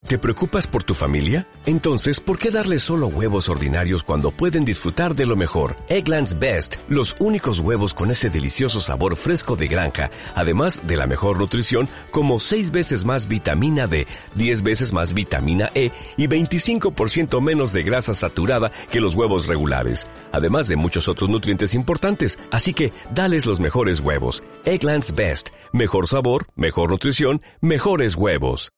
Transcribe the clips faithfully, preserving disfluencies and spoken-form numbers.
¿Te preocupas por tu familia? Entonces, ¿por qué darles solo huevos ordinarios cuando pueden disfrutar de lo mejor? Eggland's Best, los únicos huevos con ese delicioso sabor fresco de granja, además de la mejor nutrición, como seis veces más vitamina D, diez veces más vitamina E y veinticinco por ciento menos de grasa saturada que los huevos regulares, además de muchos otros nutrientes importantes. Así que, dales los mejores huevos. Eggland's Best, mejor sabor, mejor nutrición, mejores huevos.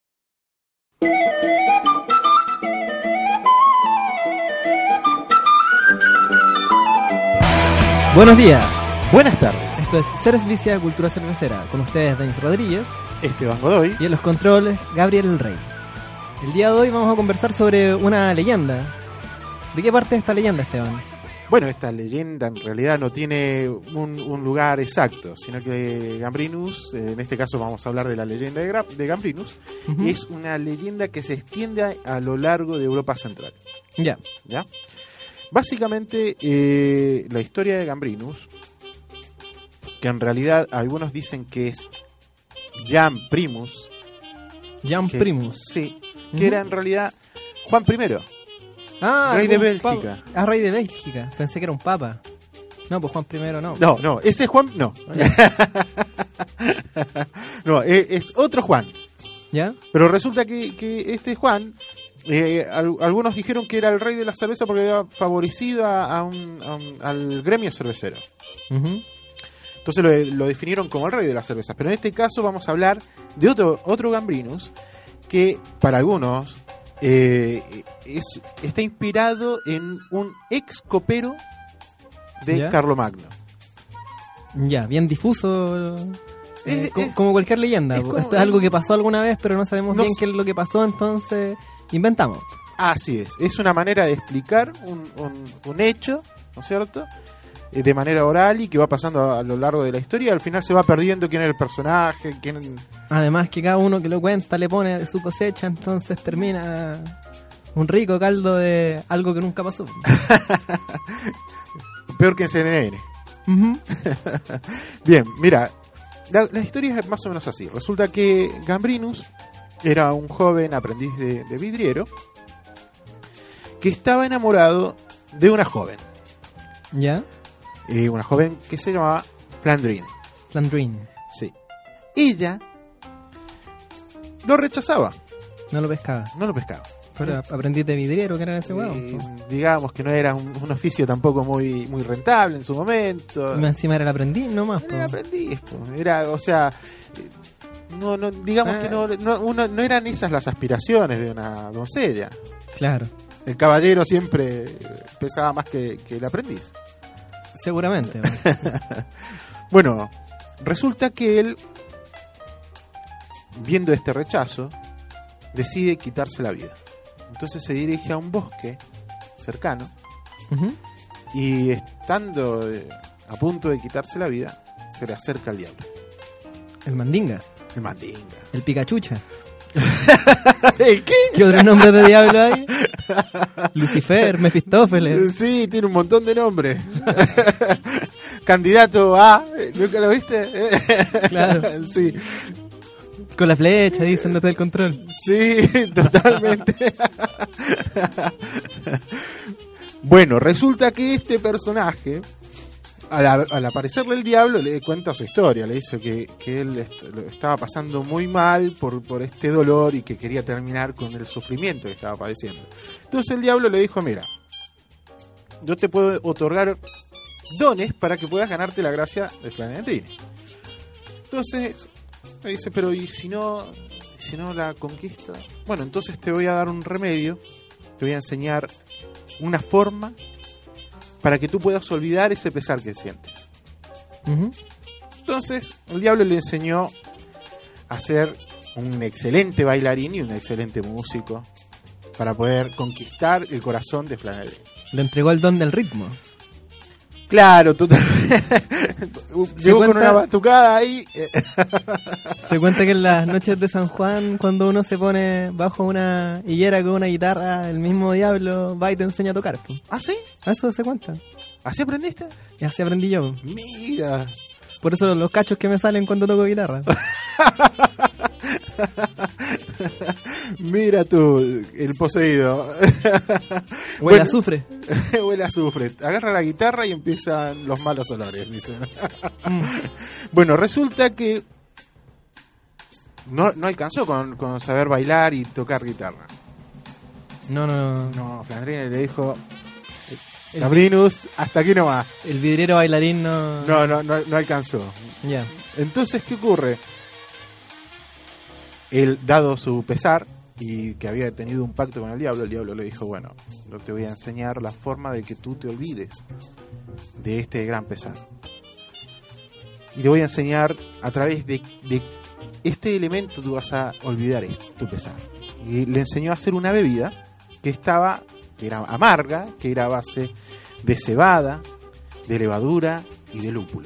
Buenos días. Buenas tardes. Esto es Cervecería Cultura Cervecera. Con ustedes, Denis Rodríguez. Esteban Godoy. Y en los controles, Gabriel El Rey. El día de hoy vamos a conversar sobre una leyenda. ¿De qué parte de esta leyenda, Esteban? Bueno, esta leyenda en realidad no tiene un, un lugar exacto, sino que Gambrinus, en este caso vamos a hablar de la leyenda de, Gra- de Gambrinus, uh-huh. y es una leyenda que se extiende a, a lo largo de Europa Central. Ya. ¿Ya? Básicamente, eh, la historia de Gambrinus, que en realidad algunos dicen que es Jan Primus. Jan que, Primus. Sí, que uh-huh. era en realidad Juan I. Ah, rey de Bélgica. Papa. Ah, rey de Bélgica. Pensé que era un papa. No, pues Juan I no. No, no, ese Juan, no. No, es, es otro Juan. ¿Ya? Pero resulta que, que este Juan, eh, al, algunos dijeron que era el rey de la cerveza porque había favorecido a, a un, a un, al gremio cervecero. Uh-huh. Entonces lo, lo definieron como el rey de la cerveza. Pero en este caso vamos a hablar de otro, otro Gambrinus que para algunos eh, es, está inspirado en un ex copero de ¿Ya? Carlomagno. Ya, bien difuso. Eh, Es- co- es- como cualquier leyenda. es como- Esto es algo que pasó alguna vez, pero no sabemos No bien sé. qué es lo que pasó, entonces inventamos. Así es, es una manera de explicar un, un, un hecho, ¿no es cierto? Eh, de manera oral y que va pasando a, a lo largo de la historia y al final se va perdiendo quién es el personaje, quién... Además que cada uno que lo cuenta le pone de su cosecha, entonces termina un rico caldo de algo que nunca pasó. Peor que en C N N. Uh-huh. Bien, mira, la, la historia es más o menos así. Resulta que Gambrinus era un joven aprendiz de, de vidriero que estaba enamorado de una joven. ¿Ya? Eh, una joven que se llamaba Flandrine. Flandrine. Sí. Ella lo rechazaba, No lo pescaba. no lo pescaba. Pero aprendiz de vidriero, que era ese huevo. Eh, digamos que no era un, un oficio tampoco muy muy rentable en su momento. Y encima era el aprendiz nomás. Era po. aprendiz, po. Era, o sea, eh, no, no, digamos Ah. que no, no, uno- no eran esas las aspiraciones de una doncella. Claro, El caballero siempre pesaba más que, que el aprendiz. seguramente. po. Bueno, resulta que él, viendo este rechazo, decide quitarse la vida. Entonces se dirige a un bosque cercano Ujú. y estando eh, a punto de quitarse la vida, se le acerca al diablo. El mandinga. El mandinga. El picachucha. ¿El qué? ¿Qué otro nombre de diablo hay? Lucifer, Mefistófeles. Sí, tiene un montón de nombres. Candidato A, ¿nunca lo viste? Claro. Sí, Con la flecha, dicen desde el control. sí, totalmente. Bueno, resulta que este personaje, al, al aparecerle el diablo, le cuenta su historia. Le dice que, que él est- lo estaba pasando muy mal por, por este dolor y que quería terminar con el sufrimiento que estaba padeciendo. Entonces el diablo le dijo, mira, yo te puedo otorgar dones para que puedas ganarte la gracia de Flandrine. Entonces me dice, pero ¿y si no, si no la conquisto? Bueno, entonces te voy a dar un remedio, te voy a enseñar una forma para que tú puedas olvidar ese pesar que sientes. Ujú. Entonces el diablo le enseñó a ser un excelente bailarín y un excelente músico para poder conquistar el corazón de Flandrine. Le entregó el don del ritmo. Claro, tú llegó con cuenta- una batucada ahí. eh, Se cuenta que en las noches de San Juan, cuando uno se pone bajo una higuera con una guitarra, el mismo diablo va y te enseña a tocar. po. ¿Ah, sí? Eso se cuenta. ¿Así aprendiste? Y así aprendí yo. Mira. Por eso los cachos que me salen cuando toco guitarra. Mira tú, el poseído. Huele Bueno, a azufre. Huele a azufre. Agarra la guitarra y empiezan los malos olores, dicen. Mm. Bueno, resulta que no, no alcanzó con, con saber bailar y tocar guitarra. No, no, no. No, Flandrini le dijo: Gambrinus, hasta aquí nomás. El vidriero bailarín no... No, no, no, no alcanzó. Ya. Entonces, ¿qué ocurre? Él, dado su pesar y que había tenido un pacto con el diablo, el diablo le dijo: bueno, yo te voy a enseñar la forma de que tú te olvides de este gran pesar. Y te voy a enseñar a través de, de este elemento tú vas a olvidar esto, tu pesar. Y le enseñó a hacer una bebida que estaba, que era amarga, que era a base de cebada, de levadura y de lúpulo.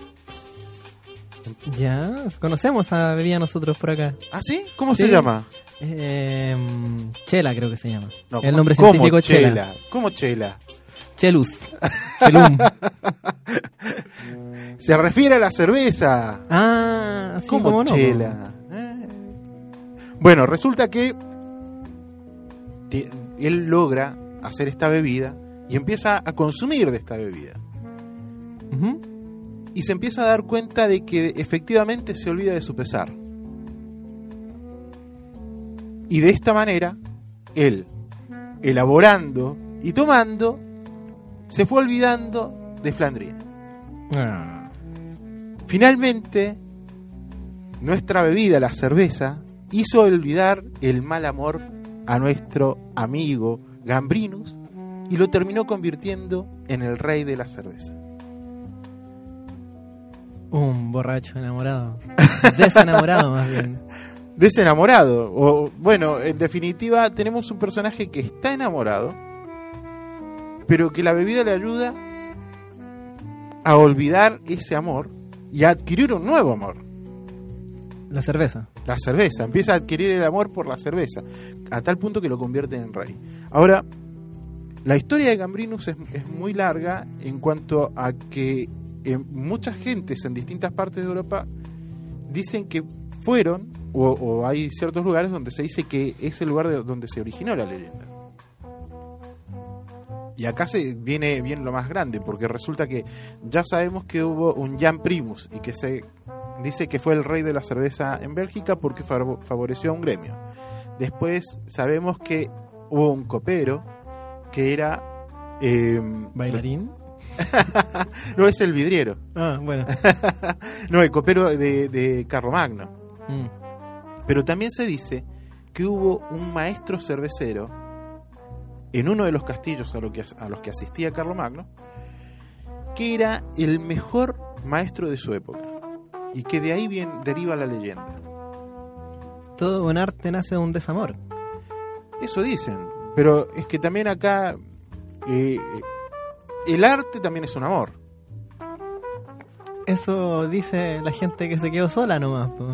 Ya, conocemos a bebida nosotros por acá. ¿Ah, sí? ¿Cómo Sí. se llama? Eh, chela creo que se llama. No, el ¿cómo- nombre ¿cómo científico es chela. chela? ¿Cómo chela? Chelus. Chelum. Se refiere a la cerveza. Ah, sí, ¿Cómo cómo no. chela? Eh. Bueno, resulta que ti- él logra hacer esta bebida y empieza a consumir de esta bebida. Ujú. Y se empieza a dar cuenta de que efectivamente se olvida de su pesar. Y de esta manera, él, elaborando y tomando, se fue olvidando de Flandria. Ah. Finalmente, nuestra bebida, la cerveza, hizo olvidar el mal amor a nuestro amigo Gambrinus y lo terminó convirtiendo en el rey de la cerveza. Un borracho enamorado. Desenamorado más bien. Desenamorado. O, bueno, en definitiva, tenemos un personaje que está enamorado, pero que la bebida le ayuda a olvidar ese amor y a adquirir un nuevo amor. La cerveza. La cerveza. Empieza a adquirir el amor por la cerveza, a tal punto que lo convierte en rey. Ahora, la historia de Gambrinus es, es muy larga en cuanto a que eh, muchas gentes en distintas partes de Europa dicen que fueron, o, o hay ciertos lugares donde se dice que es el lugar de donde se originó la leyenda. Y acá se viene bien lo más grande, porque resulta que ya sabemos que hubo un Jan Primus y que se dice que fue el rey de la cerveza en Bélgica porque fav- favoreció a un gremio. Después sabemos que hubo un copero que era eh, ¿Bailarín? no, es el vidriero. Ah, bueno. No, el copero de, de Carlomagno. Mm. Pero también se dice que hubo un maestro cervecero en uno de los castillos a, lo que, a los que asistía Carlomagno, que era el mejor maestro de su época y que de ahí bien deriva la leyenda. Todo buen arte nace de un desamor. Eso dicen, pero es que también acá eh, el arte también es un amor. Eso dice la gente que se quedó sola nomás, po.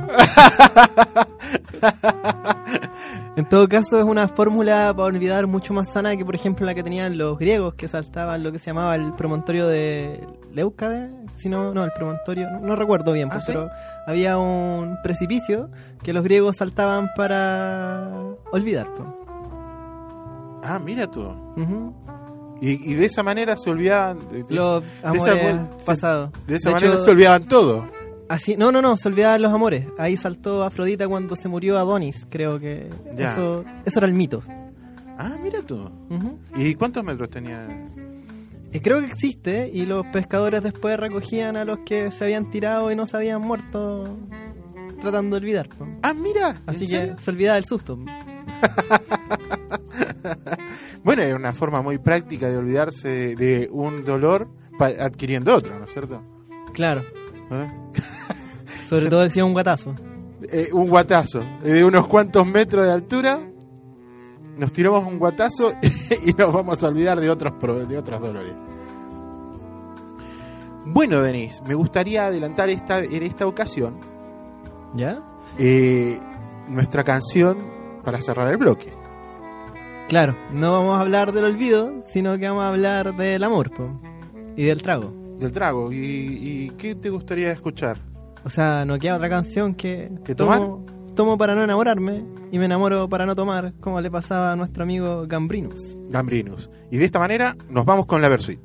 En todo caso es una fórmula para olvidar mucho más sana que por ejemplo la que tenían los griegos, que saltaban lo que se llamaba el promontorio de Leucade, si no, no, el promontorio, no, no recuerdo bien, pues, ¿Ah, sí? pero había un precipicio que los griegos saltaban para olvidar, pues. Ah, mira tú. Ujú. Y, y de esa manera se olvidaban de, de Los esa- amores se- pasados. de esa De manera hecho, se olvidaban todo. Así, no, no, no, se olvidaban los amores. Ahí saltó Afrodita cuando se murió Adonis, creo que Ya. eso eso era el mito. Ah, mira tú. Ujú. ¿Y cuántos metros tenía? Y creo que existe, y los pescadores después recogían a los que se habían tirado y no se habían muerto tratando de olvidar, po. Ah, mira. ¿en Así serio? que se olvidaba el susto. Bueno, era una forma muy práctica de olvidarse de, de un dolor pa- adquiriendo otro, ¿no es cierto? Claro, ¿Eh? sobre Se- todo decía un guatazo. Eh, un guatazo de unos cuantos metros de altura. Nos tiramos un guatazo y nos vamos a olvidar de otros pro- de otros dolores. Bueno, Denis, me gustaría adelantar esta en esta ocasión ¿Ya? eh, nuestra canción para cerrar el bloque. Claro, no vamos a hablar del olvido, sino que vamos a hablar del amor, po, y del trago. Del trago. ¿Y, y qué te gustaría escuchar? O sea, no queda otra canción que... ¿Que tomo, tomo para no enamorarme y me enamoro para no tomar, como le pasaba a nuestro amigo Gambrinus. Gambrinus. Y de esta manera nos vamos con la Versuit.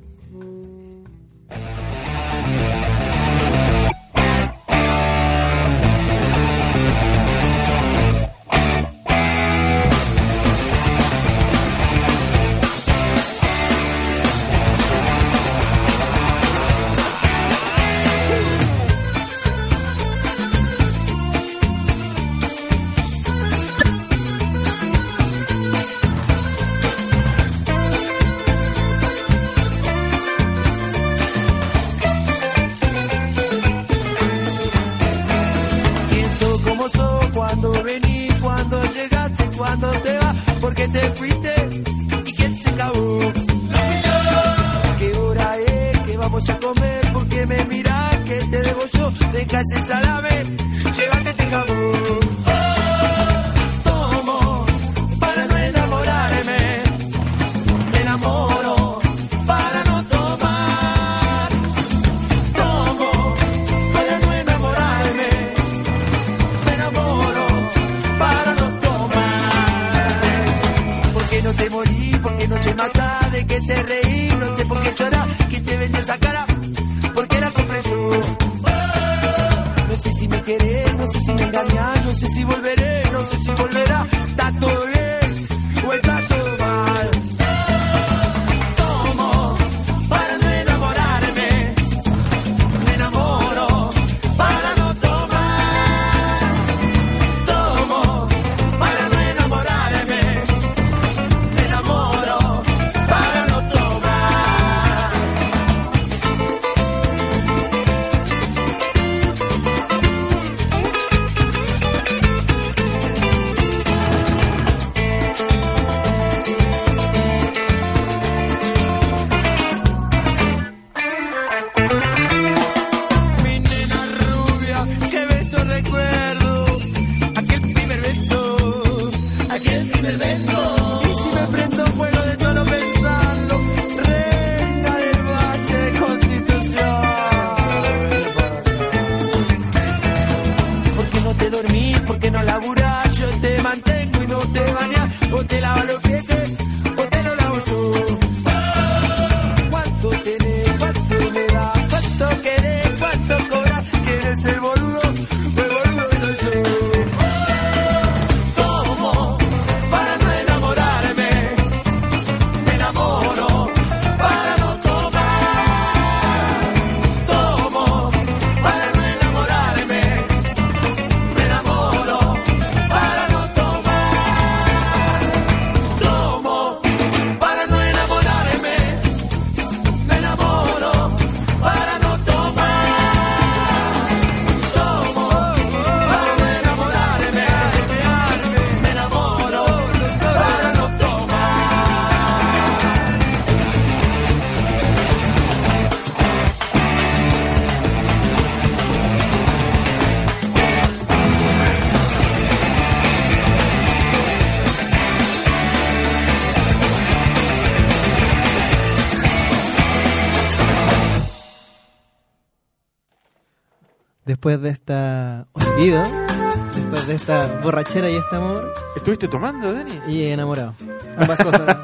Después de esta olvido, después de esta borrachera y este amor. ¿Estuviste tomando, Denis? Y enamorado. Ambas cosas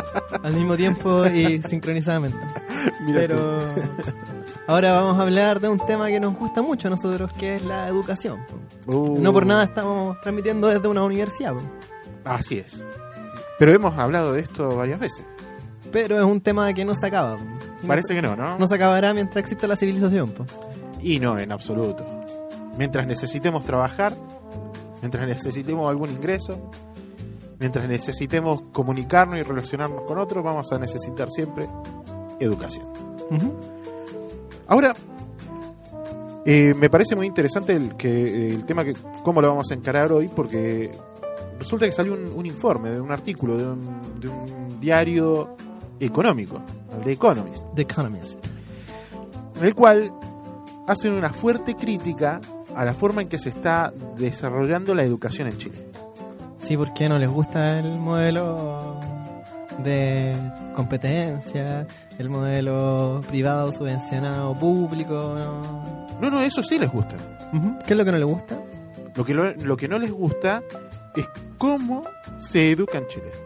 al mismo tiempo y sincronizadamente. Mira. Pero ahora vamos a hablar de un tema que nos gusta mucho a nosotros, que es la educación. Uh. No por nada estamos transmitiendo desde una universidad. Po. Así es. Pero hemos hablado de esto varias veces. Pero es un tema que no se acaba. Parece que no, ¿no? No se acabará mientras exista la civilización. Po. Y no, en absoluto. Mientras necesitemos trabajar, mientras necesitemos algún ingreso, mientras necesitemos comunicarnos y relacionarnos con otros, vamos a necesitar siempre educación. Uh-huh. Ahora, eh, me parece muy interesante el, que, el tema que cómo lo vamos a encarar hoy, porque resulta que salió un, un informe, de un artículo de un, de un diario económico, el The Economist. The Economist. En el cual hacen una fuerte crítica a la forma en que se está desarrollando la educación en Chile. Sí, porque no les gusta el modelo de competencia, el modelo privado subvencionado público, ¿no? No, no, eso sí les gusta. Uh-huh. ¿Qué es lo que no le gusta? Lo que, lo, lo que no les gusta es cómo se educa en Chile.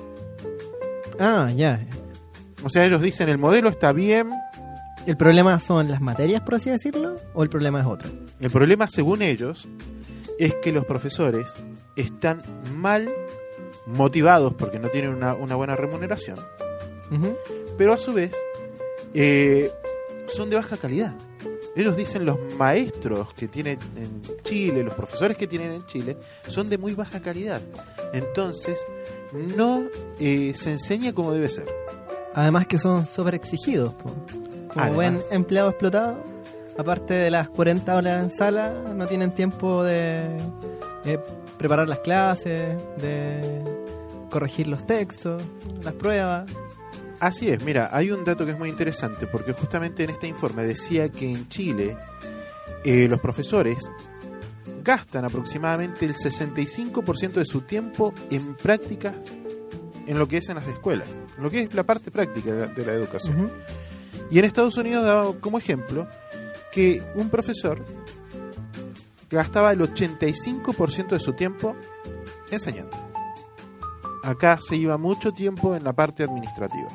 Ah, ya. O sea, ellos dicen el modelo está bien. ¿El problema son las materias, por así decirlo? ¿O el problema es otro? El problema, según ellos, es que los profesores están mal motivados porque no tienen una, una buena remuneración. Uh-huh. Pero a su vez, eh, son de baja calidad. Ellos dicen los maestros que tienen en Chile, los profesores que tienen en Chile, son de muy baja calidad. Entonces, no eh, se enseña como debe ser. Además que son sobreexigidos, po. Como Además. buen empleado explotado, aparte de las cuarenta horas en sala, no tienen tiempo de eh, preparar las clases, de corregir los textos, las pruebas. Así es, mira, hay un dato que es muy interesante, porque justamente en este informe decía que en Chile eh, los profesores gastan aproximadamente el sesenta y cinco por ciento de su tiempo en prácticas en lo que es en las escuelas, en lo que es la parte práctica de la, de la educación. Uh-huh. Y en Estados Unidos daba como ejemplo que un profesor gastaba el ochenta y cinco por ciento de su tiempo enseñando. Acá se iba mucho tiempo en la parte administrativa.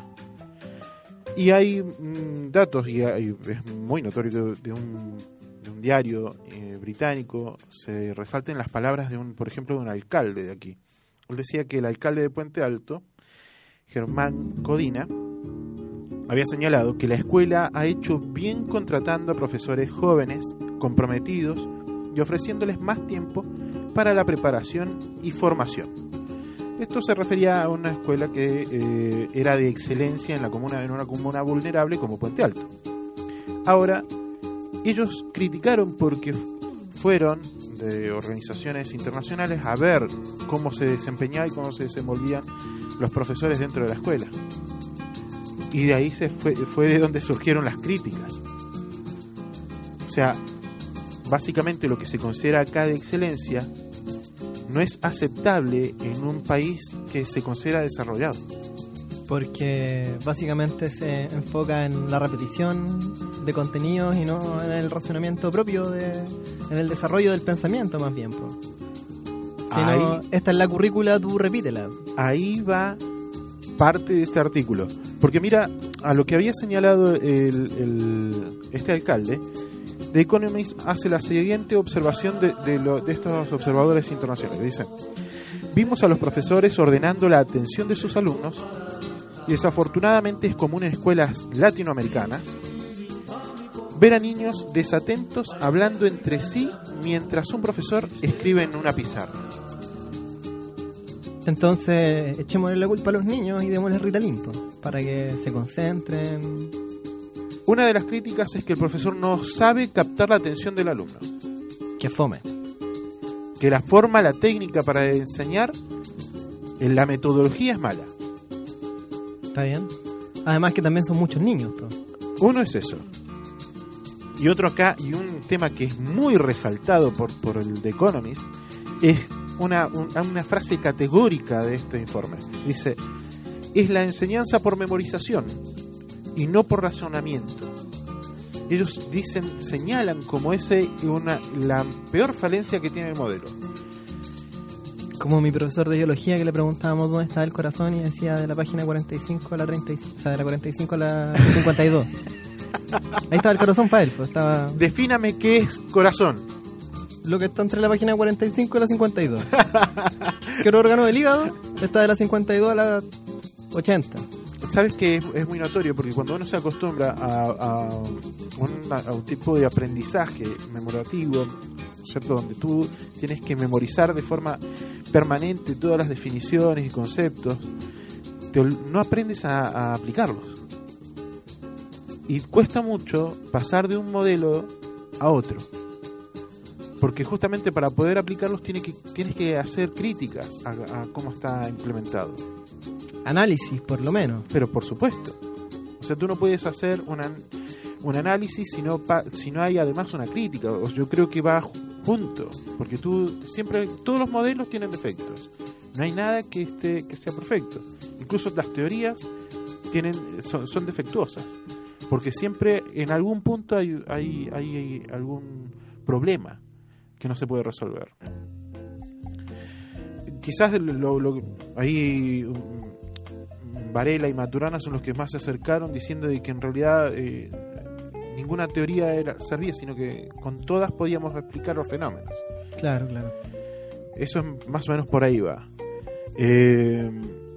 Y hay mmm, datos, y hay, es muy notorio de, de, un, de un diario eh, británico, se resaltan las palabras de un, por ejemplo, de un alcalde de aquí. Él decía que el alcalde de Puente Alto, Germán Codina, había señalado que la escuela ha hecho bien contratando a profesores jóvenes, comprometidos y ofreciéndoles más tiempo para la preparación y formación. Esto se refería a una escuela que eh, era de excelencia en la comuna, en una comuna vulnerable como Puente Alto. Ahora, ellos criticaron porque fueron de organizaciones internacionales a ver cómo se desempeñaba y cómo se desenvolvían los profesores dentro de la escuela. Y de ahí se fue, fue de donde surgieron las críticas. O sea, básicamente lo que se considera acá de excelencia no es aceptable en un país que se considera desarrollado. Porque básicamente se enfoca en la repetición de contenidos y no en el razonamiento propio, de, en el desarrollo del pensamiento más bien. Po. Si Ahí, no, esta es la currícula, tú repítela. Ahí va parte de este artículo. Porque mira, a lo que había señalado el, el, este alcalde, The Economist hace la siguiente observación de, de, lo, de estos observadores internacionales. Dice: vimos a los profesores ordenando la atención de sus alumnos, y desafortunadamente es común en escuelas latinoamericanas ver a niños desatentos hablando entre sí mientras un profesor escribe en una pizarra. Entonces, echémosle la culpa a los niños y démosles Ritalin, po, para que se concentren. Una de las críticas es que el profesor no sabe captar la atención del alumno. Que fome. Que la forma, la técnica para enseñar, en la metodología es mala. ¿Está bien? Además que también son muchos niños, po. Uno es eso. Y otro acá, y un tema que es muy resaltado por, por el The Economist, es una, un, una frase categórica de este informe. Dice: es la enseñanza por memorización y no por razonamiento. Ellos dicen, señalan como ese una la peor falencia que tiene el modelo. Como mi profesor de biología, que le preguntábamos dónde estaba el corazón y decía de la página cuarenta y cinco a la treinta y cinco, o sea, de la cuarenta y cinco a la cincuenta y dos. Ahí estaba el corazón para él, pues estaba... Defíname qué es corazón. Lo que está entre la página cuarenta y cinco y la cincuenta y dos. ¿Qué otro órgano del hígado? Está de la cincuenta y dos a la ochenta. Sabes que es, es muy notorio porque cuando uno se acostumbra a, a, un, a un tipo de aprendizaje memorativo, ¿cierto?, donde tú tienes que memorizar de forma permanente todas las definiciones y conceptos, te, no aprendes a, a aplicarlos. Y cuesta mucho pasar de un modelo a otro. Porque justamente para poder aplicarlos tienes que, tienes que hacer críticas a, a cómo está implementado. Análisis, por lo menos. Pero por supuesto. O sea, tú no puedes hacer una, un análisis si no, pa, si no hay además una crítica. O yo creo que va junto. Porque tú siempre, todos los modelos tienen defectos. No hay nada que esté que sea perfecto. Incluso las teorías tienen son, son defectuosas, porque siempre en algún punto hay, hay, hay, hay algún problema que no se puede resolver. Quizás lo, lo, ahí Varela y Maturana son los que más se acercaron, diciendo de que en realidad eh, ninguna teoría era servía, sino que con todas podíamos explicar los fenómenos. Claro, claro. Eso es más o menos por ahí va. Eh,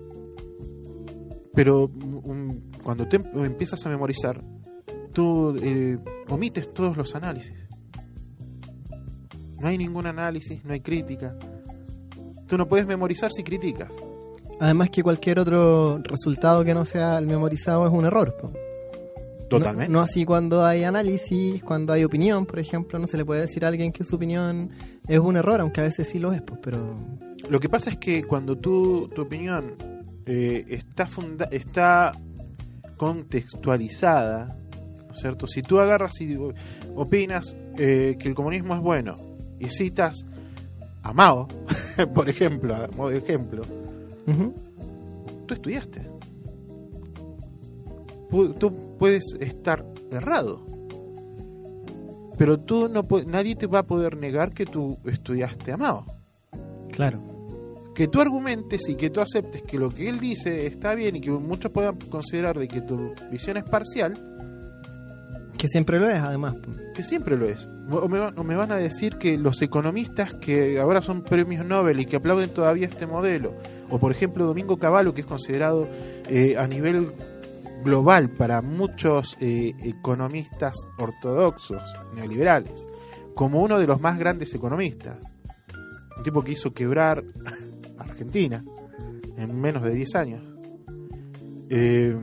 pero un, cuando te empiezas a memorizar, tú eh, omites todos los análisis. No hay ningún análisis, no hay crítica. Tú no puedes memorizar si criticas. Además que cualquier otro resultado que no sea el memorizado es un error, po. Totalmente. No, no así cuando hay análisis, cuando hay opinión, por ejemplo, no se le puede decir a alguien que su opinión es un error, aunque a veces sí lo es, pues, pero... Lo que pasa es que cuando tú, tu opinión eh, está funda está contextualizada, ¿no es cierto? Si tú agarras y opinas eh, que el comunismo es bueno y citas a Mao, por ejemplo, a modo de ejemplo, uh-huh. Tú estudiaste. Tú puedes estar errado, pero tú no nadie te va a poder negar que tú estudiaste a Mao. Claro. Que tú argumentes y que tú aceptes que lo que él dice está bien y que muchos puedan considerar de que tu visión es parcial. Que siempre lo es, además. Que siempre lo es. O me, o me van a decir que los economistas que ahora son premios Nobel y que aplauden todavía este modelo, o por ejemplo Domingo Cavallo, que es considerado eh, a nivel global para muchos eh, economistas ortodoxos, neoliberales, como uno de los más grandes economistas. Un tipo que hizo quebrar a Argentina en menos de diez años. Eh,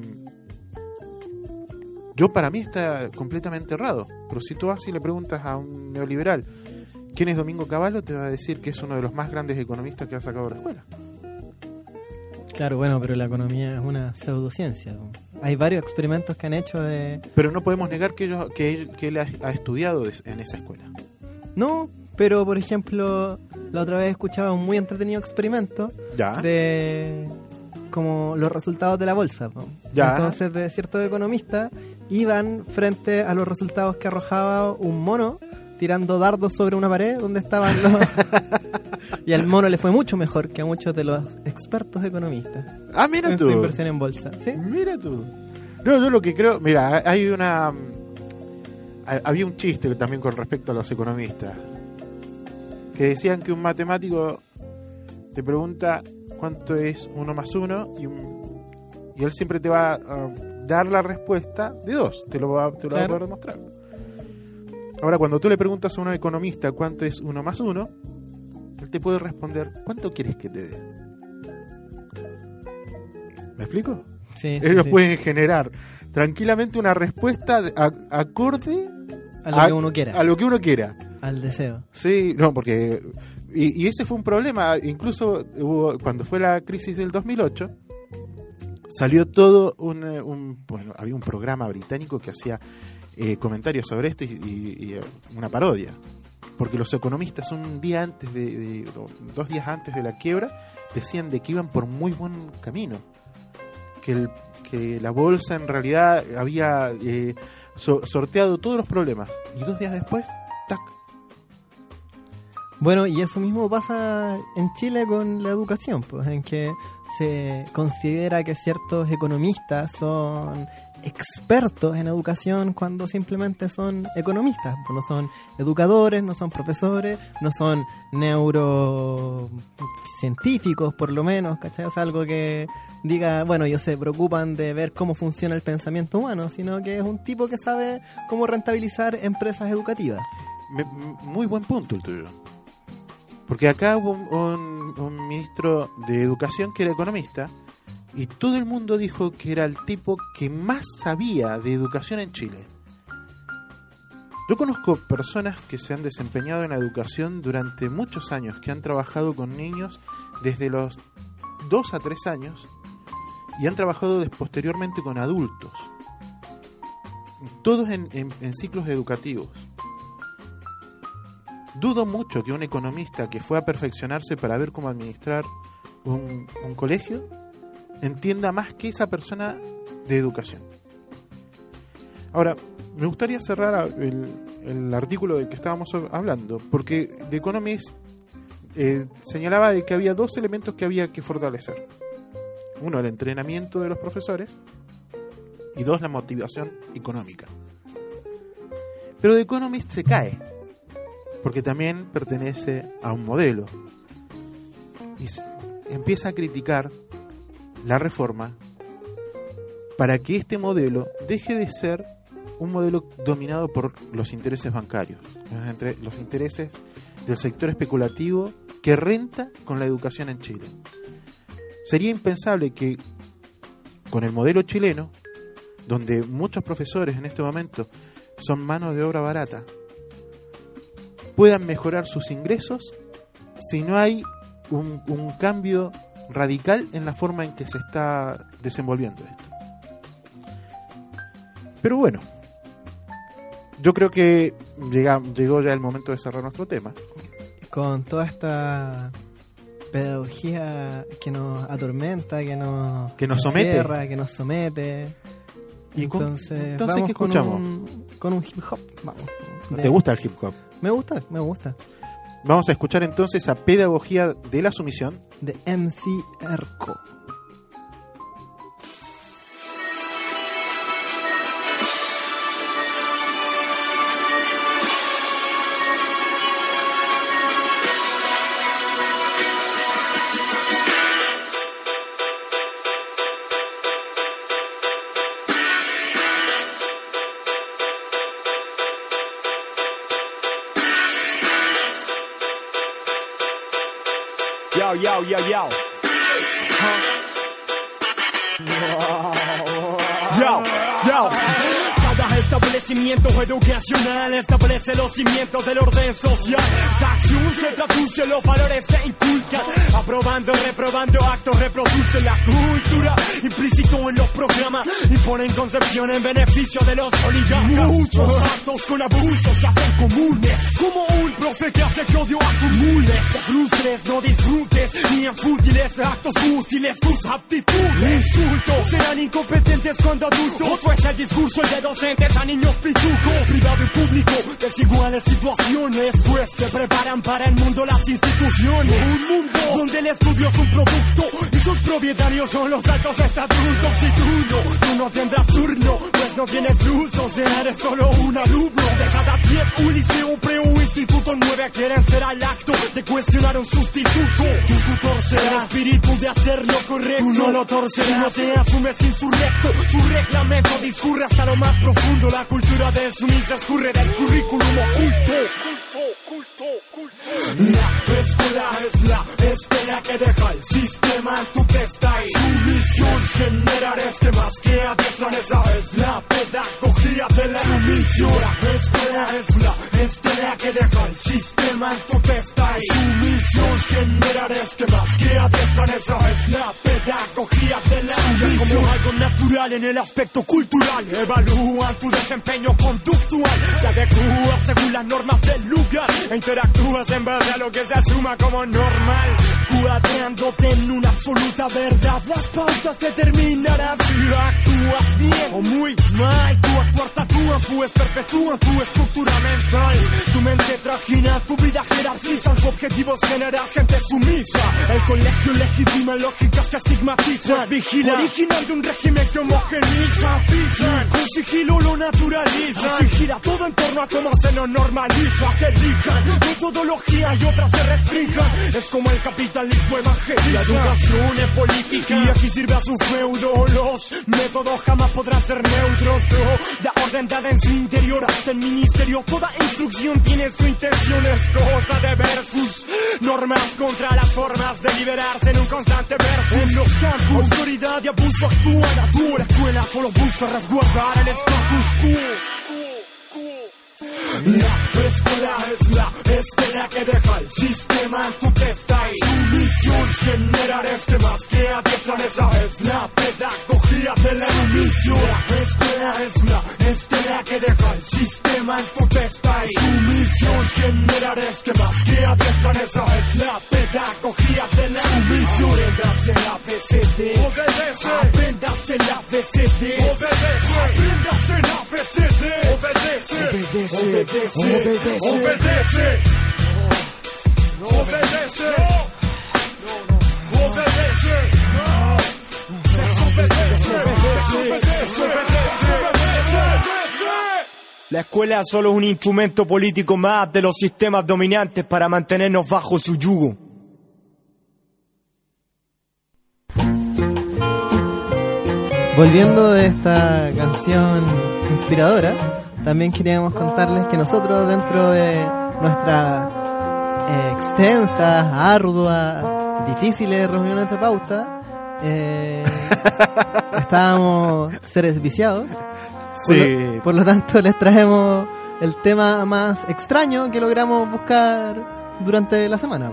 yo para mí está completamente errado. Pero si tú vas y le preguntas a un neoliberal quién es Domingo Cavallo, te va a decir que es uno de los más grandes economistas que ha sacado de la escuela. Claro, bueno, pero la economía es una pseudociencia. Hay varios experimentos que han hecho de... Pero no podemos negar que, ellos, que, él, que él ha, ha estudiado en esa escuela. No, pero por ejemplo, la otra vez escuchaba un muy entretenido experimento ¿Ya? de como los resultados de la bolsa. ¿No? ¿Ya? Entonces, de ciertos economistas iban frente a los resultados que arrojaba un mono tirando dardos sobre una pared donde estaban los... Y al mono le fue mucho mejor que a muchos de los expertos economistas. Ah, mira en tú. su inversión en bolsa. ¿Sí? Mira tú. No, yo lo que creo... Mira, hay una... Había un chiste también con respecto a los economistas. Que decían que un matemático te pregunta cuánto es uno más uno y, un, y él siempre te va a dar la respuesta de dos. Te lo va, te lo claro. va a poder demostrar. Ahora, cuando tú le preguntas a un economista cuánto es uno más uno, él te puede responder, ¿cuánto quieres que te dé? ¿Me explico? Sí, sí, Ellos sí. pueden generar tranquilamente una respuesta a, acorde a lo a, que uno quiera. A lo que uno quiera. Al deseo. Sí, no, porque... Y, y ese fue un problema. Incluso hubo, cuando fue la crisis del dos mil ocho, salió todo un... un bueno, había un programa británico que hacía eh, comentarios sobre esto y, y, y una parodia. Porque los economistas un día antes de, de... dos días antes de la quiebra decían de que iban por muy buen camino. Que, el, que la bolsa en realidad había eh, so, sorteado todos los problemas. Y dos días después, ¡tac! Bueno, y eso mismo pasa en Chile con la educación, pues, en que se considera que ciertos economistas son expertos en educación cuando simplemente son economistas, pues no son educadores, no son profesores, no son neurocientíficos, por lo menos, ¿cachai? O sea, algo que diga, bueno, ellos se preocupan de ver cómo funciona el pensamiento humano, sino que es un tipo que sabe cómo rentabilizar empresas educativas. Me, muy buen punto el tuyo. Porque acá hubo un, un, un ministro de Educación que era economista y todo el mundo dijo que era el tipo que más sabía de educación en Chile. Yo conozco personas que se han desempeñado en la educación durante muchos años, que han trabajado con niños desde los dos a tres años y han trabajado posteriormente con adultos, todos en, en, en ciclos educativos. Dudo mucho que un economista que fue a perfeccionarse para ver cómo administrar un, un colegio entienda más que esa persona de educación. Ahora, me gustaría cerrar el, el artículo del que estábamos hablando, porque The Economist eh, señalaba de que había dos elementos que había que fortalecer. Uno, el entrenamiento de los profesores, y dos, la motivación económica. Pero The Economist se cae, porque también pertenece a un modelo, y empieza a criticar la reforma para que este modelo deje de ser un modelo dominado por los intereses bancarios, entre los intereses del sector especulativo que renta con la educación en Chile. Sería impensable que con el modelo chileno, donde muchos profesores en este momento son mano de obra barata, puedan mejorar sus ingresos si no hay un, un cambio radical en la forma en que se está desenvolviendo esto. Pero bueno, yo creo que llega, llegó ya el momento de cerrar nuestro tema. Con toda esta pedagogía que nos atormenta, que nos, que nos somete, encierra, que nos somete. ¿Y entonces, entonces vamos qué escuchamos? Con un, con un hip hop. Vamos. ¿Te gusta el hip hop? Me gusta, me gusta. Vamos a escuchar entonces a Pedagogía de la Sumisión de M C Erko. Yo, yo, yo, yo. Huh? Yo, yo. Cada establecimiento educacional establece los cimientos del orden social. Esta acción se traduce en los valores que inculcan. Aprobando, reprobando actos, reproduce la cultura. Implícito en los programas, imponen concepción en beneficio de los oligarcas. Muchos actos con abusos se hacen comunes, como un profe que hace que odio acumules. Te frustres, no disfrutes, ni en fútiles actos útiles tus aptitudes. Insultos serán incompetentes cuando adultos. Otro es el discurso de docentes a niños pitucos. Privado y público, desiguales situaciones, pues se preparan para el mundo las instituciones. Un mundo donde el estudio es un producto y sus propietarios son los altos estatutos. Y tú no, tú no tendrás turno, pues no tienes luz, o sea, eres solo un alumno. De cada diez, un liceo, pre o instituto, nueve quieren ser al acto de cuestionar un sustituto. Tu tutor será el espíritu de hacer lo correcto. Tú no lo torcerás, no te asumes insurrecto. Su reglamento discurre hasta lo más profundo. La cultura de sumisa escurre del currículum oculto. Culto, culto. La escuela es la estela que deja el sistema en tu testa. Y su misión es generar esquemas que adiestran. Esa es la pedagogía de la sumisión. La escuela es la estela que deja el sistema en tu testa. Y su misión es generar esquemas que adiestran. Esa es la pedagogía de la sumisión. Como algo natural en el aspecto cultural, evalúan tu desempeño conductual. Te adecuas según las normas del lugar e interactúas en base a lo que se asuma como normal, cuadrándote en una absoluta verdad. Las pautas determinarán si actúas bien o muy mal. Tu actuar tatúa, pues perpetúa tu estructura mental. Tu mente trajina, tu vida jerarquiza. Su objetivo es generar gente sumisa. El colegio legitima lógicas que estigmatizan, pues vigila, originando un régimen que homogeniza. Pisan, con sigilo lo naturaliza. Así gira todo en torno a cómo se lo normaliza. Que elijan metodología y otras se restrinjan. Es como el capitalismo evangeliza. La educación es política y aquí sirve a su feudo. Los métodos jamás podrán ser neutros. No, la orden dada en su interior hasta el ministerio. Toda instrucción tiene su intención. Es cosa de ver sus normas contra las formas de liberarse en un constante verso. En los campos, autoridad y abuso actúan. La dura escuela solo busca resguardar el status quo. La escuela es la estela que deja el sistema en tu testa. Y su misión es generar esquemas que adiestran. Esa es la pedagogía de la sumisión. La escuela es la estela que deja el sistema en tu testa. Y su misión es generar esquemas que adiestran. Esa es la pedagogía de la sumisión. D. Obedece. Aprendas el A B C D. Obedece. Aprendas el A B C D. Obedece. Obedece. Obedece. Obedece. Obedece. Obedece. La escuela solo es un instrumento político más de los sistemas dominantes para mantenernos bajo su yugo. Volviendo de esta canción inspiradora, también queríamos contarles que nosotros, dentro de nuestras eh, extensas, arduas, difíciles reuniones de pauta, eh, estábamos seres viciados. Por, Sí. lo, por lo tanto, les traemos el tema más extraño que logramos buscar durante la semana.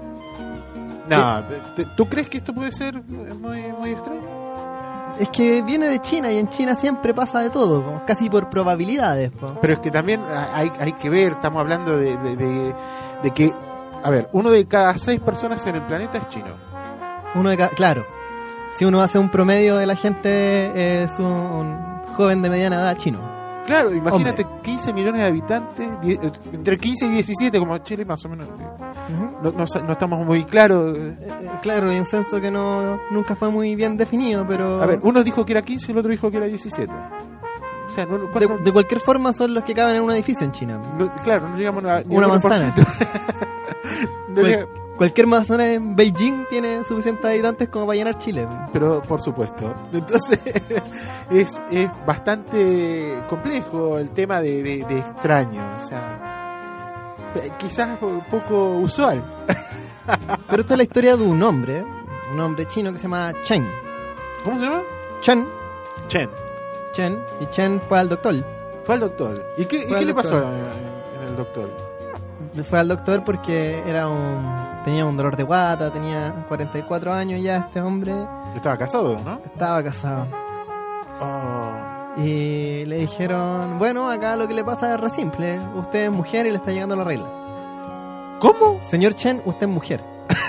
No, te- ¿tú crees que esto puede ser muy, muy extraño? Es que viene de China y en China siempre pasa de todo, po, casi por probabilidades. Po. Pero es que también hay, hay que ver, estamos hablando de, de, de, de que, a ver, uno de cada seis personas en el planeta es chino. Uno de cada, claro, si uno hace un promedio de la gente, es un, un joven de mediana edad chino. Claro, imagínate, Hombre. quince millones de habitantes, die- entre quince y diecisiete, como Chile más o menos. Uh-huh. No, no, sa- no estamos muy claros. Eh, eh, claro, hay un censo que no nunca fue muy bien definido, pero A ver, uno dijo que era quince y el otro dijo que era diecisiete. O sea, no, no- de, no- de cualquier forma son los que caben en un edificio en China. no- claro, no llegamos a ni Una a uno por manzana. ciento. No Cual- llega- cualquier manzana en Beijing tiene suficientes habitantes como para llenar Chile. pero por supuesto. Entonces, es, es bastante complejo el tema de, de, de extraño. O sea, eh, quizás un poco usual. Pero esta es la historia de un hombre, un hombre chino que se llama Chen. ¿Cómo se llama? Chen, Chen. Chen, y Chen fue al doctor. Fue al doctor. ¿Y qué, y Fue qué al le pasó doctor. en, en el doctor? Fue al doctor porque era un tenía un dolor de guata, tenía cuarenta y cuatro años ya este hombre, Estaba casado, ¿no? estaba casado. Oh. Y le dijeron, bueno, acá lo que le pasa es re simple, usted es mujer y le está llegando la regla. ¿Cómo? Señor Chen, usted es mujer.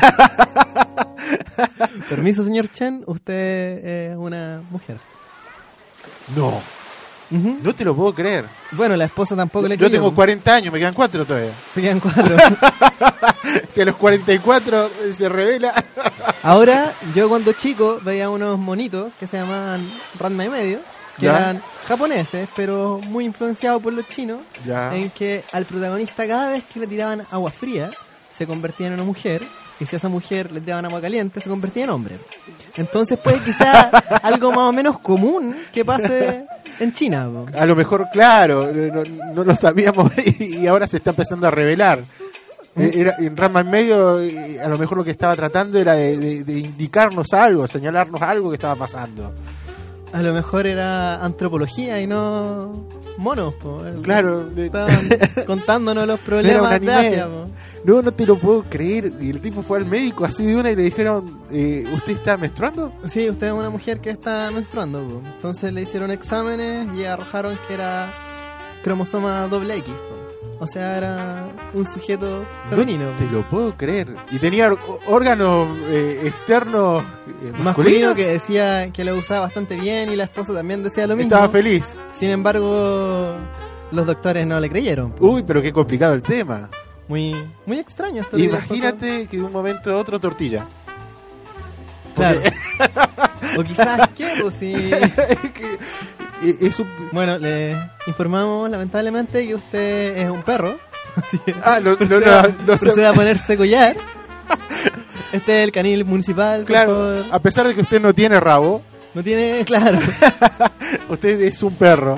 Permiso, señor Chen, usted es una mujer. No, Ujú. no te lo puedo creer. Bueno, la esposa tampoco le Yo creyó. tengo cuarenta años, me quedan cuatro todavía. Se quedan cuatro. Si a los cuarenta y cuatro se revela. Ahora, yo cuando chico veía unos monitos que se llamaban Ranma y medio, que Ya. eran japoneses, pero muy influenciados por los chinos, Ya. en que al protagonista cada vez que le tiraban agua fría, se convertía en una mujer, y si a esa mujer le tiraban agua caliente, se convertía en hombre. Entonces puede quizá algo más o menos común que pase en China. Po. A lo mejor, claro, no, no lo sabíamos y ahora se está empezando a revelar. Eh, Era, en Rama en medio, eh, a lo mejor lo que estaba tratando era de, de- de indicarnos algo, señalarnos algo que estaba pasando. A lo mejor era antropología y no monos. Po. Claro, de- Estaban contándonos los Era un problemas de anime. Asia. Po. no, no te lo puedo creer. Y el tipo fue al médico así de una y le dijeron, eh, ¿usted está menstruando? Sí, usted es una mujer que está menstruando. Po. Entonces le hicieron exámenes y arrojaron que era cromosoma doble X. Po. O sea, era un sujeto femenino. No te lo puedo creer. Y tenía or- órganos eh, externos eh, Masculino masculinos. que decía que lo usaba bastante bien y la esposa también decía lo mismo. Estaba feliz. Sin embargo, los doctores no le creyeron. Po. Uy, pero qué complicado el tema. Muy muy extraño esto. de que la Imagínate que de un momento a otro tortilla. esposa- Claro. O quizás, ¿qué? Pues si... Que, eh, es un... Bueno, le informamos lamentablemente que usted es un perro. Así que Ah, no, no, proceda, no, no sé. proceda a ponerse collar. Este es el canil municipal, por Claro, favor. a pesar de que usted no tiene rabo, No tiene, claro. usted es un perro.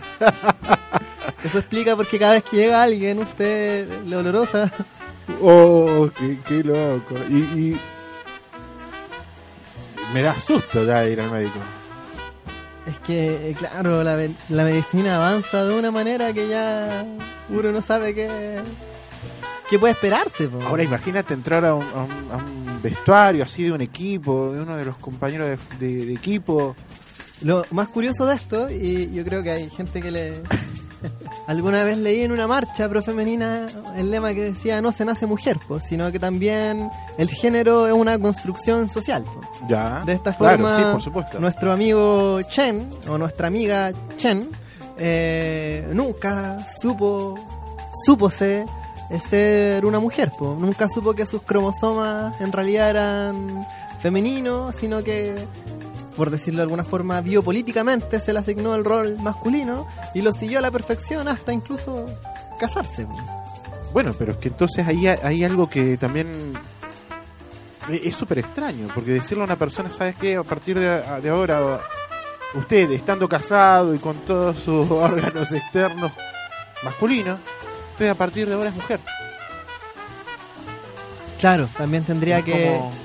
Eso explica porque cada vez que llega alguien, usted le olorosa. Oh, qué, qué loco. Y, y me da susto ya ir al médico. Es que, eh, claro, la, ve- la medicina avanza de una manera que ya uno no sabe qué, qué puede esperarse. Po. Ahora imagínate entrar a un, a un- a un vestuario así de un equipo, de uno de los compañeros de, de- de equipo. Lo más curioso de esto, y yo creo que hay gente que le alguna vez leí en una marcha profemenina el lema que decía no se nace mujer, pues, sino que también el género es una construcción social. Pues. Ya. De esta Claro, forma, sí, por supuesto. nuestro amigo Chen, o nuestra amiga Chen, eh, nunca supo, súpose ser una mujer, pues. Nunca supo que sus cromosomas en realidad eran femeninos, sino que, por decirlo de alguna forma, biopolíticamente se le asignó el rol masculino y lo siguió a la perfección hasta incluso casarse. Bueno, pero es que entonces ahí hay, hay algo que también es súper extraño, porque decirle a una persona, ¿sabes qué? A partir de, de ahora, usted estando casado y con todos sus órganos externos masculinos, usted a partir de ahora es mujer. Claro, también tendría Es que... como-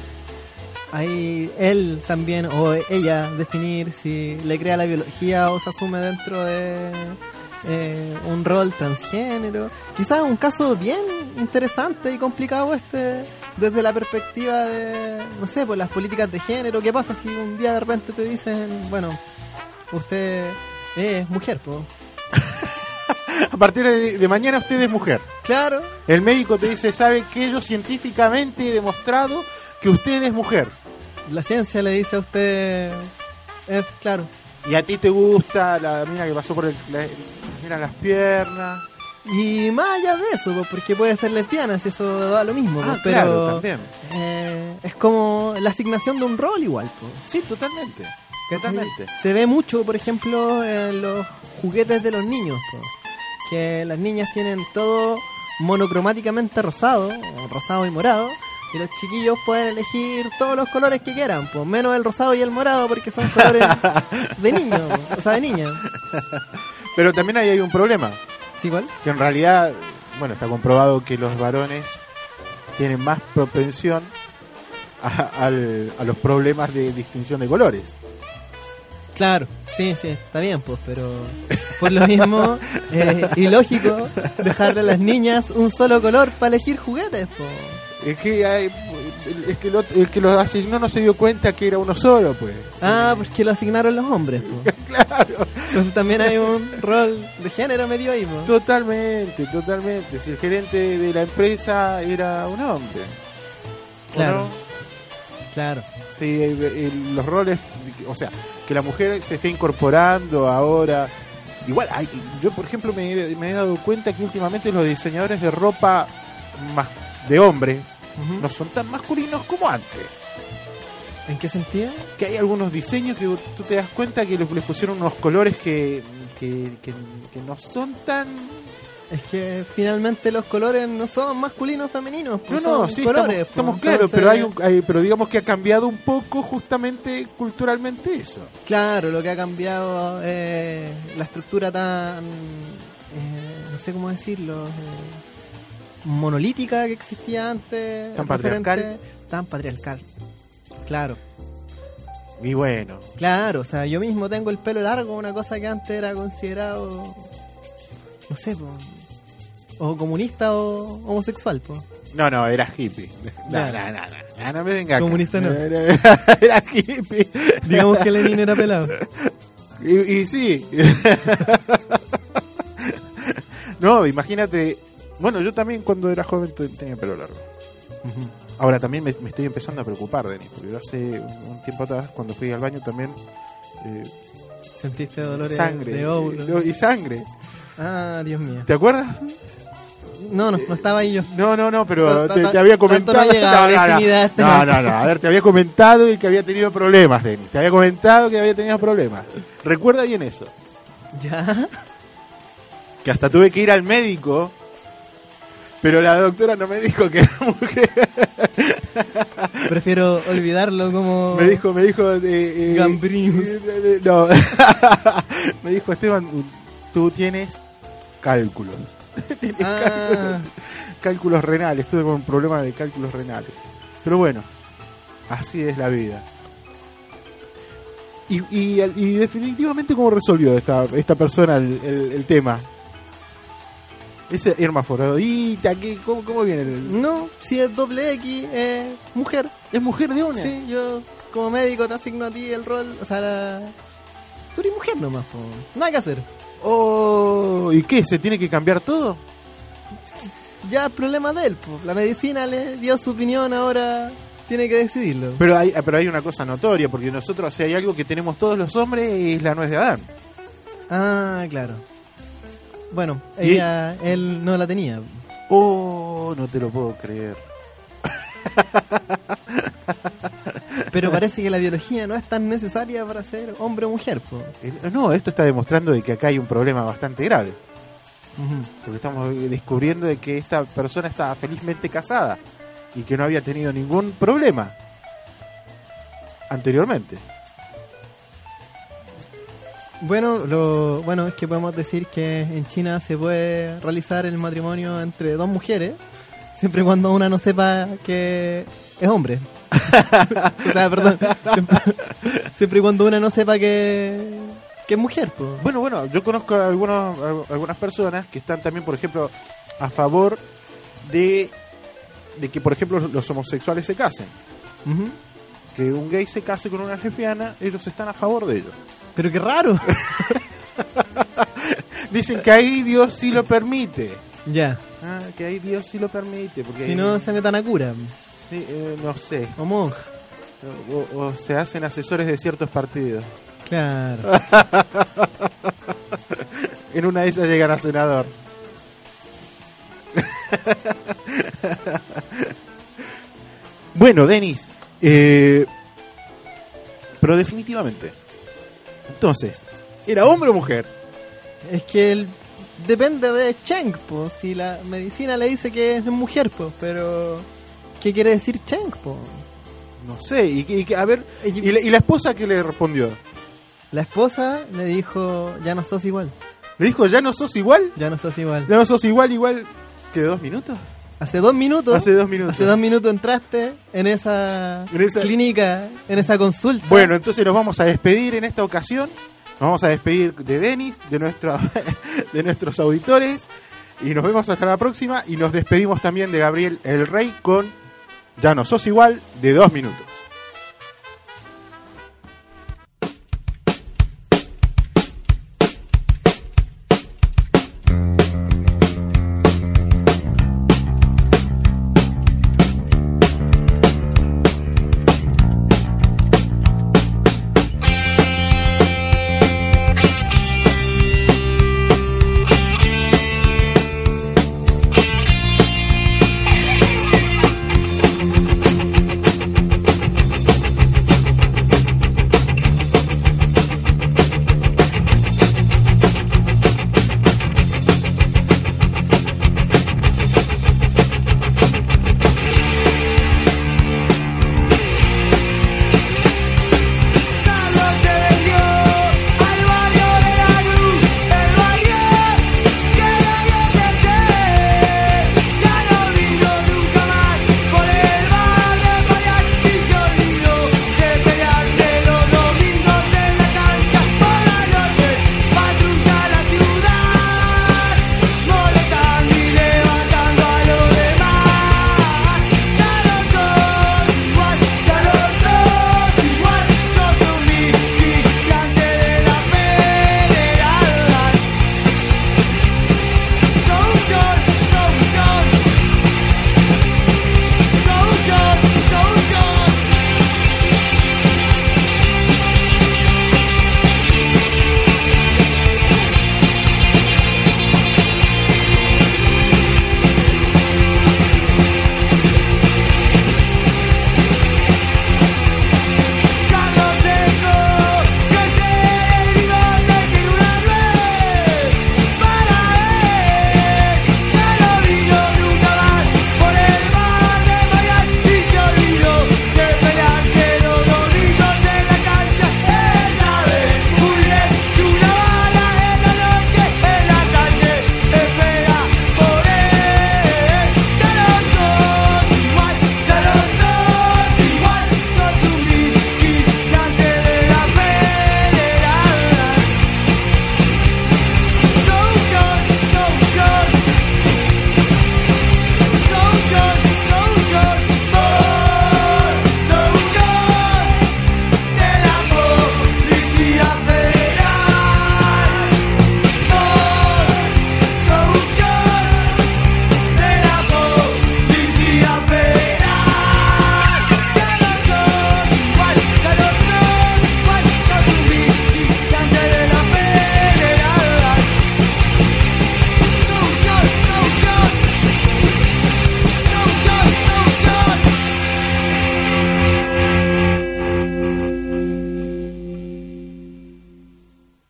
ahí él también o ella definir si le crea la biología o se asume dentro de eh, un rol transgénero. Quizás un caso bien interesante y complicado este desde la perspectiva de, no sé, pues las políticas de género. ¿Qué pasa si un día de repente te dicen, bueno, usted es mujer, pues? A partir de, de mañana usted es mujer. Claro, El médico te dice, ¿sabe qué? Yo científicamente he demostrado que usted es mujer. la ciencia le dice a usted, es claro. Y a ti te gusta la mina que pasó por el, la, mira las piernas. Y más allá de eso, pues, porque puede ser lesbiana, si eso da lo mismo, pues, Ah, pero claro, también. eh, es como la asignación de un rol igual, pues. Sí, totalmente. Totalmente. Se ve mucho, por ejemplo, en los juguetes de los niños, pues, que las niñas tienen todo monocromáticamente rosado, o rosado y morado, y los chiquillos pueden elegir todos los colores que quieran, pues, menos el rosado y el morado porque son colores de niño, o sea, de niña. Pero también ahí hay un problema. ¿Sí, igual? Que en realidad, bueno, está comprobado que los varones tienen más propensión a, al- a los problemas de distinción de colores. Claro, sí, sí, está bien, pues, pero por lo mismo, eh, ilógico dejarle a las niñas un solo color para elegir juguetes, pues. Es que hay, es que lo- el que los asignó no se dio cuenta que era uno solo, pues. Ah, pues que lo asignaron los hombres, pues. Claro. Entonces también hay un rol de género medio ahí, pues. Totalmente, totalmente. Si el gerente de la empresa era un hombre. ¿O Claro. no? Claro. Sí, el- el- los roles, o sea, que la mujer se esté incorporando ahora. Igual, hay- yo por ejemplo me, he- me he dado cuenta que últimamente los diseñadores de ropa más de hombre Ujú. no son tan masculinos como antes. ¿En qué sentido? Que hay algunos diseños que tú te das cuenta que les les pusieron unos colores que, que, que, que no son tan... Es que finalmente los colores no son masculinos o femeninos, No, pues no, son sí, colores. estamos, pues. estamos claros, Entonces, pero hay, un- hay- pero digamos que ha cambiado un poco justamente culturalmente eso. Claro, lo que ha cambiado es la estructura tan, eh, no sé cómo decirlo, eh, monolítica que existía antes. Tan referente- patriarcal. Tan patriarcal. Claro, Y bueno, claro, o sea, yo mismo tengo el pelo largo, una cosa que antes era considerado, no sé, po, o comunista o homosexual, pues. no, no, era hippie. No, Ya. no, no, no, no, no me venga acá. Comunista no. Era, era hippie. Digamos que Lenin era pelado. Y, y sí. No, imagínate. Bueno, yo también cuando era joven te- tenía pelo largo. Ahora también me, me estoy empezando a preocupar, Denis, porque yo hace un, un tiempo atrás, cuando fui al baño también, eh, Sentiste dolores sangre. de óvulo. Y, y sangre. Ah, Dios mío. ¿Te acuerdas? No, no, no estaba ahí yo. No, no, no, pero Ta- te, ta- te había tanto comentado. no ha llegado a la no, intimidad este no, man. no, no, a ver, te había comentado y que había tenido problemas, Denis. Te había comentado que había tenido problemas. Recuerda bien eso. Ya. Que hasta tuve que ir al médico, pero la doctora no me dijo que era mujer. Prefiero olvidarlo como. Me dijo, me dijo. Eh, eh, Gambrinus. eh, eh, no. Me dijo, Esteban, tú tienes cálculos. Tienes Ah. cálculos, cálculos renales. Tuve con un problema de cálculos renales. Pero bueno, así es la vida. Y, y, y definitivamente, ¿cómo resolvió esta, esta persona el, el, el tema? Ese hermafrodita, ¿qué, cómo, ¿cómo viene? El, No, si es doble X, es mujer. ¿Es mujer de una? Sí, yo como médico te asigno a ti el rol. O sea, la... tú eres mujer nomás, po. Nada que hacer. Oh, ¿y qué? ¿Se tiene que cambiar todo? Ya es problema de él, pues. La medicina le dio su opinión, ahora tiene que decidirlo. Pero hay, pero hay una cosa notoria, porque nosotros, si hay algo que tenemos todos los hombres, es la nuez de Adán. Ah, claro. Bueno, ¿Y? ella, él no la tenía. Oh, no te lo puedo creer. Pero parece que la biología no es tan necesaria para ser hombre o mujer, pues. Eh, No, esto está demostrando de que acá hay un problema bastante grave. Ujú. Porque estamos descubriendo de que esta persona estaba felizmente casada y que no había tenido ningún problema anteriormente. Bueno, lo bueno es que podemos decir que en China se puede realizar el matrimonio entre dos mujeres, siempre y cuando una no sepa que es hombre. O sea, perdón, siempre, siempre y cuando una no sepa que, que es mujer, pues. Bueno, bueno, yo conozco a algunos, a algunas personas que están también, por ejemplo, a favor de, de que, por ejemplo, los homosexuales se casen. Ujú. Que un gay se case con una lesbiana, ellos están a favor de ello. Pero qué raro. Dicen que ahí Dios sí lo permite. Ya, Ah, que ahí Dios sí lo permite. Porque si ahí- no se metan a cura sí, eh, no sé. o monja. O, o se hacen asesores de ciertos partidos. Claro. En una de esas llegan a senador. Bueno, Denis, eh, pero definitivamente, entonces, ¿era hombre o mujer? Es que el, depende de Cheng, pues. Si la medicina le dice que es mujer, pues, pero ¿qué quiere decir Cheng, pues? No sé, y, y- a ver, Y- ¿y la, y la esposa qué le respondió? La esposa le dijo, ya no sos igual, ¿Le dijo, ya no sos igual? ya no sos igual. ¿Ya no sos igual, igual que de dos minutos? Hace dos minutos, Hace dos minutos. hace dos minutos entraste en esa, En esa- clínica, en esa consulta. Bueno, entonces nos vamos a despedir en esta ocasión. Nos vamos a despedir de Denis, de, nuestro, de nuestros auditores. Y nos vemos hasta la próxima. Y nos despedimos también de Gabriel el Rey con Ya no sos igual de dos minutos.